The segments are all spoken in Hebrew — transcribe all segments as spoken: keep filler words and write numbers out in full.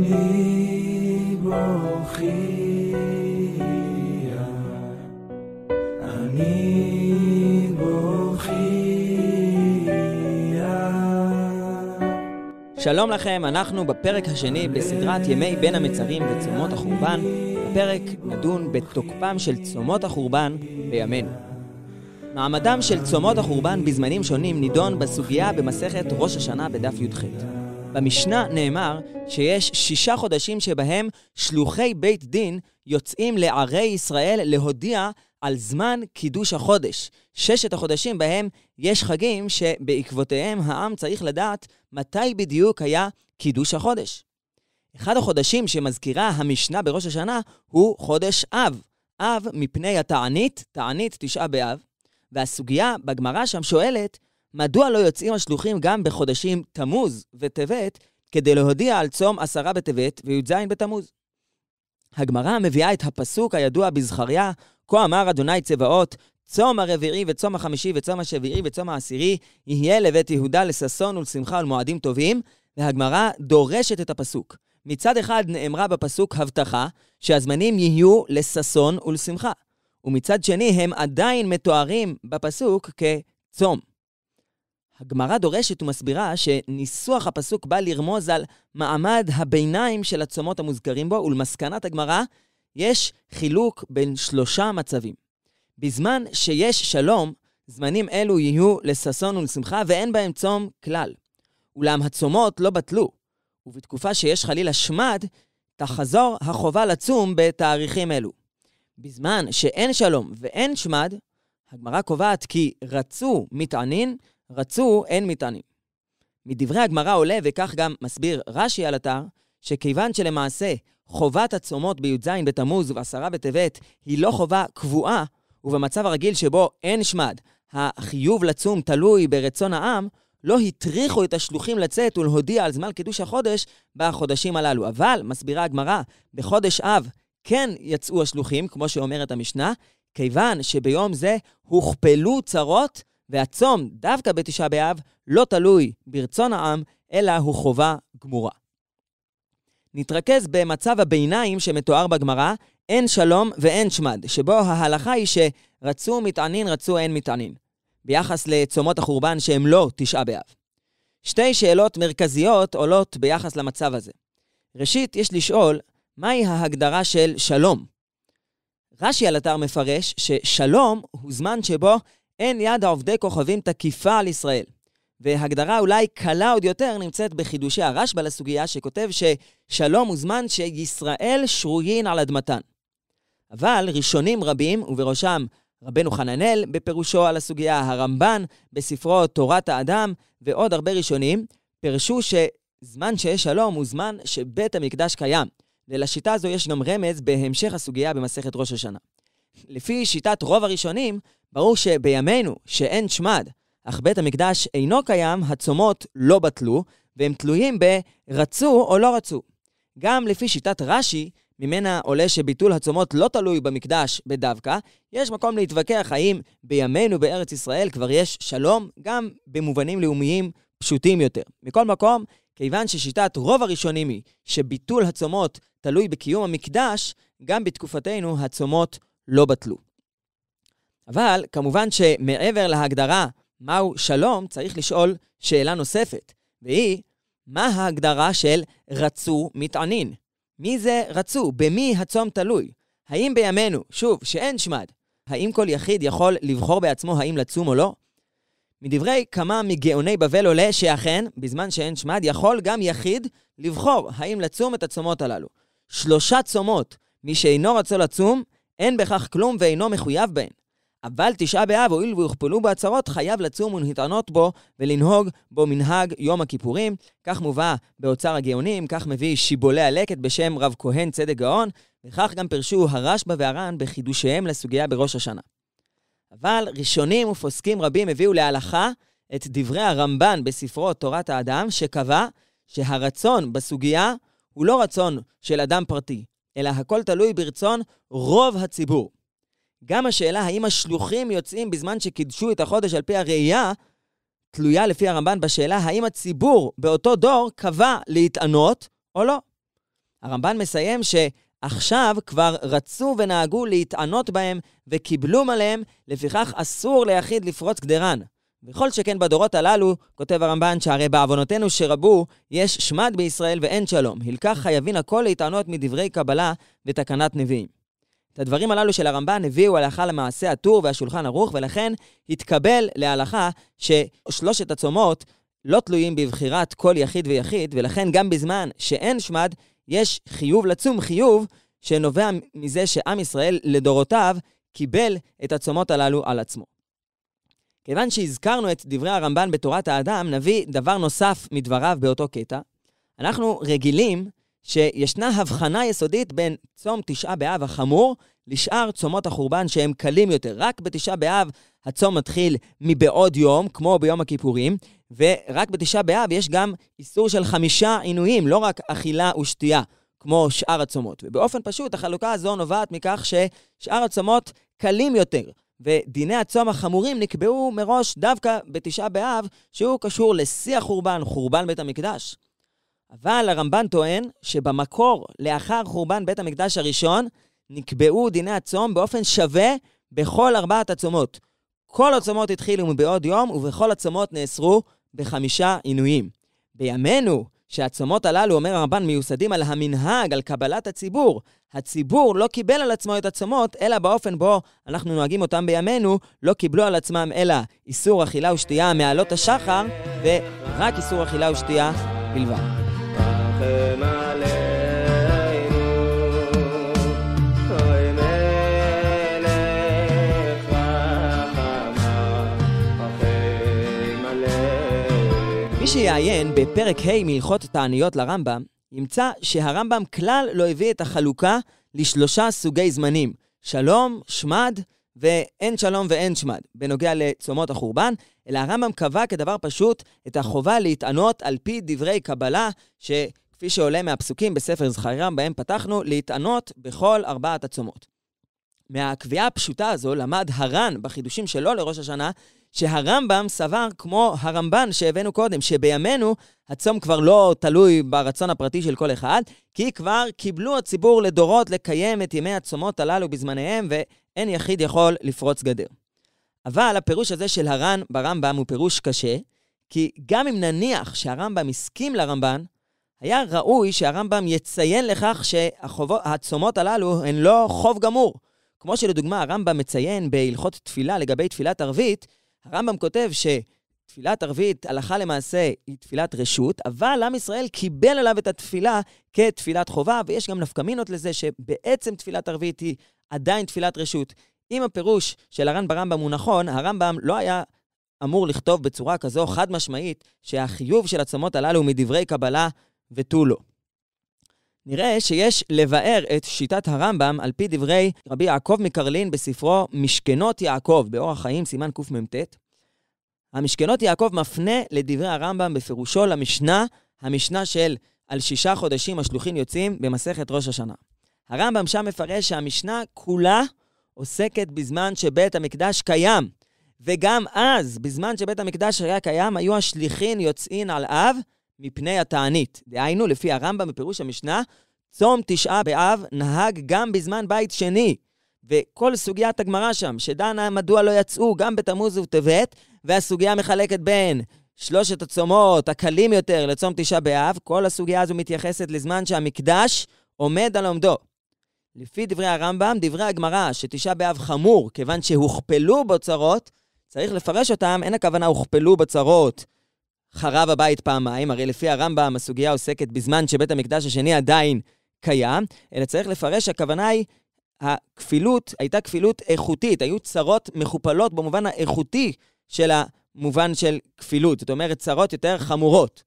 אני בוכיה, אני בוכיה. שלום לכם, אנחנו בפרק השני בסדרת ימי בין המצרים וצומות החורבן. בפרק נדון בתוקפם של צומות החורבן בימינו. מעמדם של צומות החורבן בזמנים שונים נידון בסוגיה במסכת ראש השנה בדף י"ח. במשנה נאמר שיש שישה חודשים שבהם שלוחי בית דין יוצאים לערי ישראל להודיע על זמן קידוש החודש. ששת החודשים בהם יש חגים שבעקבותיהם העם צריך לדעת מתי בדיוק היה קידוש החודש. אחד החודשים שמזכירה המשנה בראש השנה הוא חודש אב. אב מפני התענית, תענית תשעה באב. והסוגיה בגמרא שם שואלת, מדוע לא יוצאים השלוחים גם בחודשים תמוז וטבת כדי להודיע על צום עשרה בטבת וי"ז בתמוז? הגמרא מביאה את הפסוק הידוע בזכריה, כה אמר אדוני צבאות, צום הרביעי וצום החמישי וצום השביעי וצום העשירי יהיה לבית יהודה לששון ולשמחה ולמועדים טובים, והגמרא דורשת את הפסוק. מצד אחד נאמרה בפסוק הבטחה שהזמנים יהיו לששון ולשמחה, ומצד שני הם עדיין מתוארים בפסוק כצום. הגמרא דורשת ומסבירה שניסוח הפסוק בא לרמוז על מעמד הביניים של הצומות המוזכרים בו, ולמסקנת הגמרא יש חילוק בין שלושה מצבים. בזמן שיש שלום, זמנים אלו יהיו לששון ולשמחה ואין בהם צום כלל. אולם הצומות לא בטלו, ובתקופה שיש חלילה שמד, תחזור החובה לצום בתאריכים אלו. בזמן שאין שלום ואין שמד, הגמרא קובעת כי רצו מתענין, רצו אין מתענין. מדברי הגמרא עולה, וכך גם מסביר רש"י על אתר, שכיוון שלמעשה חובת הצומות בי"ז בתמוז ועשרה בטבת היא לא חובה קבועה, ובמצב הרגיל שבו אין שמד, החיוב לצום תלוי ברצון העם, לא התריחו את השלוחים לצאת ולהודיע על זמן קידוש החודש בחודשים הללו. אבל, מסבירה הגמרא, בחודש אב כן יצאו השלוחים, כמו שאומרת המשנה, כיוון שביום זה הוכפלו צרות, והצום דווקא בתשעה באב לא תלוי ברצון העם, אלא הוא חובה גמורה. נתרכז במצב הביניים שמתואר בגמרא, אין שלום ואין שמד, שבו ההלכה היא שרצו מתענין, רצו אין מתענין, ביחס לצומות החורבן שהם לא תשעה באב. שתי שאלות מרכזיות עולות ביחס למצב הזה. ראשית, יש לשאול, מהי ההגדרה של שלום? רש"י על אתר מפרש ששלום הוא זמן שבו אין יד העובדי כוכבים תקיפה על ישראל. והגדרה אולי קלה עוד יותר נמצאת בחידושי הרשב"א לסוגיה, שכותב ששלום הוא זמן שישראל שרויין על אדמתן. אבל ראשונים רבים, ובראשם רבנו חננאל בפירושו על הסוגיה, הרמב"ן בספרו תורת האדם, ועוד הרבה ראשונים, פירשו שזמן שיש שלום הוא זמן שבית המקדש קיים. ולשיטה הזו יש גם רמז בהמשך הסוגיה במסכת ראש השנה. לפי שיטת רוב הראשונים, ברור שבימינו שאין שמד, אך בית המקדש אינו קיים, הצומות לא בטלו, והם תלויים ברצו או לא רצו. גם לפי שיטת רש"י, ממנה עולה שביטול הצומות לא תלוי במקדש בדווקא, יש מקום להתווכח האם בימינו בארץ ישראל כבר יש שלום, גם במובנים לאומיים פשוטים יותר. מכל מקום, כיוון ששיטת רוב הראשונים היא שביטול הצומות תלוי בקיום המקדש, גם בתקופתנו הצומות לא בטלו. אבל כמובן שמעבר להגדרה מהו שלום, צריך לשאול שאלה נוספת, והיא, מה ההגדרה של רצו מתענין? מי זה רצו? במי הצום תלוי? האם בימינו, שוב, שאין שמד, האם כל יחיד יכול לבחור בעצמו האם לצום או לא? מדברי כמה מגאוני בבל עולה שאכן, בזמן שאין שמד, יכול גם יחיד לבחור האם לצום את הצומות הללו. שלושה צומות, מי שאינו רצו לצום, אין בכך כלום ואינו מחויב בהן. אבל תשעה באב, הואיל ויוכפלו בהצהרות, חייב לצום ולהתענות בו ולנהוג בו מנהג יום הכיפורים. כך מובא באוצר הגאונים, כך מביא שיבולי הלקט בשם רב כהן צדק גאון, וכך גם פרשו הרשב"א והר"ן בחידושיהם לסוגיה בראש השנה. אבל ראשונים ופוסקים רבים הביאו להלכה את דברי הרמב"ן בספרו תורת האדם, שקבע שהרצון בסוגיה הוא לא רצון של אדם פרטי, אלא הכל תלוי ברצון רוב הציבור. גם השאלה האם השלוחים יוצאים בזמן שקידשו את החודש על פי הראייה, תלויה לפי הרמב"ן בשאלה האם הציבור באותו דור קבע להתענות או לא. הרמב"ן מסיים שעכשיו כבר רצו ונהגו להתענות בהם וקיבלו עליהם, לפיכך אסור ליחיד לפרוץ גדרן. בכל שכן בדורות הללו, כותב הרמב"ן, שהרי בעוונותינו שרבו, יש שמד בישראל ואין שלום. הלקח חייבים הכל להתענות מדברי קבלה ותקנת נביאים. את הדברים הללו של הרמב"ן הביאו הלכה למעשה הטור והשולחן ערוך, ולכן התקבל להלכה ששלושת הצומות לא תלויים בבחירת כל יחיד ויחיד, ולכן גם בזמן שאין שמד, יש חיוב לצום, חיוב שנובע מזה שעם ישראל לדורותיו קיבל את הצומות הללו על עצמו. כיוון שהזכרנו את דברי הרמב"ן בתורת האדם, נביא דבר נוסף מדבריו באותו קטע. אנחנו רגילים שישנה הבחנה יסודית בין צום תשעה באב החמור לשאר צומות החורבן שהם קלים יותר. רק בתשעה באב הצום מתחיל מבעוד יום, כמו ביום הכיפורים, ורק בתשעה באב יש גם איסור של חמישה עינויים, לא רק אכילה ושתייה, כמו שאר הצומות. ובאופן פשוט החלוקה הזו נובעת מכך ששאר הצומות קלים יותר, ודיני הצום החמורים נקבעו מראש דווקא בתשעה באב, שהוא קשור לשיא החורבן, חורבן בית המקדש. אבל הרמב"ן טוען שבמקור, לאחר חורבן בית המקדש הראשון, נקבעו דיני הצום באופן שווה בכל ארבעת הצומות. כל הצומות התחילו מבעוד יום, ובכל הצומות נאסרו בחמישה עינויים. בימינו, שהצומות הללו, אומר הרמב"ן, מיוסדים על המנהג, על קבלת הציבור. הציבור לא קיבל על עצמו את הצומות, אלא באופן בו אנחנו נוהגים אותם בימינו, לא קיבלו על עצמם אלא איסור אכילה ושתייה מעלות השחר, ורק איסור אכילה ושתייה בלבד. מי שיעיין בפרק ה' מהלכות תעניות לרמב"ם, ימצא שהרמב"ם כלל לא הביא את החלוקה לשלושה סוגי זמנים, שלום, שמד ואין שלום ואין שמד, בנוגע לצומות החורבן, אלא הרמב"ם קבע כדבר פשוט את החובה להתענות על פי דברי קבלה, שכפי שעולה מהפסוקים בספר זכריה, בהם פתחנו, להתענות בכל ארבעת הצומות. מהקביעה הפשוטה הזו למד הר"ן בחידושים שלו לראש השנה, שהרמב"ם סבר כמו הרמב"ן שהבאנו קודם, שבימינו הצום כבר לא תלוי ברצון הפרטי של כל אחד, כי כבר קיבלו הציבור לדורות לקיים את ימי הצומות הללו בזמניהם, ואין יחיד יכול לפרוץ גדר. אבל הפירוש הזה של הר"ן ברמב"ם הוא פירוש קשה, כי גם אם נניח שהרמב"ם הסכים לרמב"ן, היה ראוי שהרמב"ם יציין לכך שהצומות הללו הן לא חוב גמור. כמו שלדוגמה הרמב"ם מציין בהלכות תפילה לגבי תפילת ערבית, הרמב"ם כותב שתפילת ערבית הלכה למעשה היא תפילת רשות, אבל עם ישראל קיבל עליו את התפילה כתפילת חובה, ויש גם נפקמינות לזה שבעצם תפילת ערבית היא עדיין תפילת רשות. אם הפירוש של הר"ן ברמב"ם הוא נכון, הרמב"ם לא היה אמור לכתוב בצורה כזו חד משמעית שהחיוב של הצומות הללו מדברי קבלה ותו לא. נראה שיש לבאר את שיטת הרמב"ם על פי דברי רבי יעקב מקרלין בספרו משכנות יעקב, באורח חיים סימן קמ"ט. המשכנות יעקב מפנה לדברי הרמב"ם בפירושו למשנה, המשנה של על שישה חודשים השלוחין יוצאים במסכת ראש השנה. הרמב"ם שם מפרש שהמשנה כולה עוסקת בזמן שבית המקדש קיים, וגם אז, בזמן שבית המקדש היה קיים, היו השליחין יוצאים על אב מפני התענית. דהיינו, לפי הרמב"ם בפירוש המשנה, צום תשעה באב נהג גם בזמן בית שני. וכל סוגיית הגמרא שם, שדנה מדוע לא יצאו גם בתמוז ובטבת, והסוגיה מחלקת בין שלושת הצומות הקלים יותר לצום תשעה באב, כל הסוגיה הזו מתייחסת לזמן שהמקדש עומד על עומדו. לפי דברי הרמב"ם, דברי הגמרא שתשעה באב חמור, כיוון שהוכפלו בצרות, צריך לפרש אותם, אין הכוונה הוכפלו בצרות, חרב הבית פעמיים, הרי לפי הרמב"ם הסוגיה עוסקת בזמן שבית המקדש השני עדיין קיים, אלא צריך לפרש, הכוונה היא, הכפילות הייתה כפילות איכותית, היו צרות מכופלות במובן האיכותי של המובן של כפילות, זאת אומרת צרות יותר חמורות.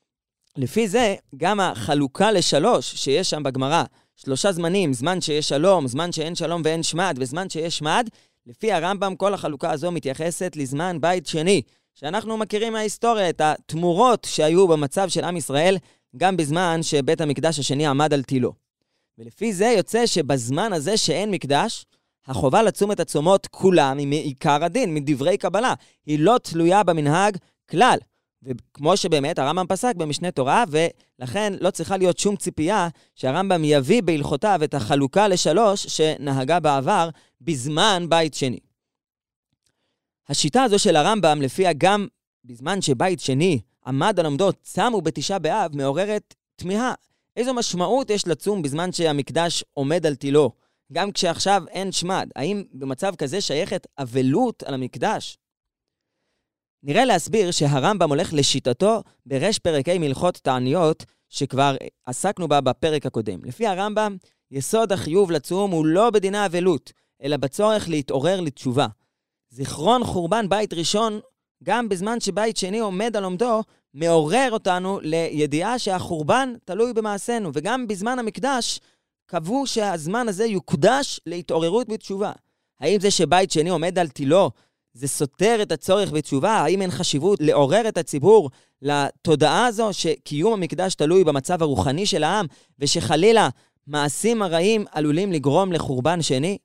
לפי זה, גם החלוקה לשלוש שיש שם בגמרא, שלושה זמנים, זמן שיש שלום, זמן שאין שלום ואין שמד, וזמן שיש שמד, לפי הרמב"ם כל החלוקה הזו מתייחסת לזמן בית שני, שאנחנו מכירים מההיסטוריה את התמורות שהיו במצב של עם ישראל, גם בזמן שבית המקדש השני עמד על תילו. ולפי זה יוצא שבזמן הזה שאין מקדש, החובה לצום את הצומות כולם היא מעיקר הדין, מדברי קבלה. היא לא תלויה במנהג כלל. וכמו שבאמת הרמב"ם פסק במשנה תורה, ולכן לא צריכה להיות שום ציפייה שהרמב"ם יביא בהלכותיו את החלוקה לשלוש שנהגה בעבר בזמן בית שני. השיטה הזו של הרמב"ם, לפיה גם בזמן שבית שני עמד על עמדות צמו בתשעה באב, מעוררת תמיהה. איזו משמעות יש לצום בזמן שהמקדש עומד על תילו? גם כשעכשיו אין שמד. האם במצב כזה שייכת אבלות על המקדש? נראה להסביר שהרמב"ם הולך לשיטתו ברש פרקי מלכות תעניות, שכבר עסקנו בה בפרק הקודם. לפי הרמב"ם, יסוד החיוב לצום הוא לא בדיני אבלות, אלא בצורך להתעורר לתשובה. זיכרון חורבן בית ראשון, גם בזמן שבית שני עומד על עומדו, מעורר אותנו לידיעה שהחורבן תלוי במעשינו, וגם בזמן המקדש קבעו שהזמן הזה יוקדש להתעוררות בתשובה. האם זה שבית שני עומד על תילו, זה סותר את הצורך בתשובה? האם אין חשיבות לעורר את הציבור לתודעה הזו שקיום המקדש תלוי במצב הרוחני של העם, ושחלילה מעשים הרעים עלולים לגרום לחורבן שני?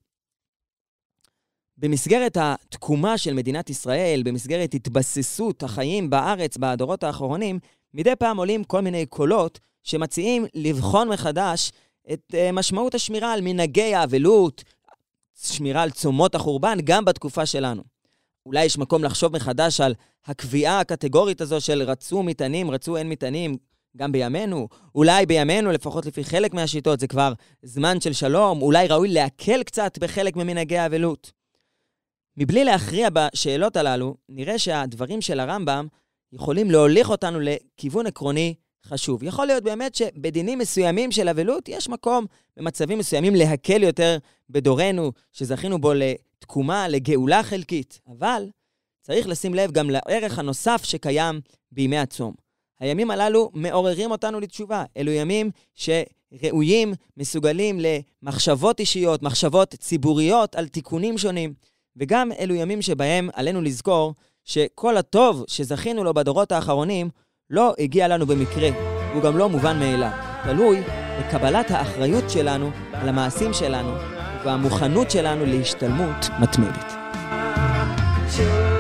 במסגרת התקומה של מדינת ישראל, במסגרת התבססות החיים בארץ בדורות האחרונים, מדי פעם עולים כל מיני קולות שמציעים לבחון מחדש את משמעות השמירה על מנהגי האבלות, שמירה על צומות החורבן גם בתקופה שלנו. אולי יש מקום לחשוב מחדש על הקביעה הקטגורית הזו של רצו מטענים, רצו אין מטענים, גם בימינו. אולי בימינו, לפחות לפי חלק מהשיטות, זה כבר זמן של שלום. אולי ראוי להקל קצת בחלק ממנהגי האבלות. מבלי להכריע בשאלות הללו, נראה שהדברים של הרמב"ם יכולים להוליך אותנו לכיוון עקרוני חשוב. יכול להיות באמת שבדינים מסוימים של אבלות יש מקום במצבים מסוימים להקל יותר בדורנו, שזכינו בו לתקומה, לגאולה חלקית. אבל צריך לשים לב גם לערך הנוסף שקיים בימי הצום. הימים הללו מעוררים אותנו לתשובה. אלו ימים שראויים, מסוגלים למחשבות אישיות, מחשבות ציבוריות על תיקונים שונים. וגם אלו ימים שבהם עלינו לזכור שכל הטוב שזכינו לו בדורות האחרונים לא הגיע לנו במקרה, הוא גם לא מובן מאליו. תלוי בקבלת האחריות שלנו על המעשים שלנו והמוכנות שלנו להשתלמות מתמדת.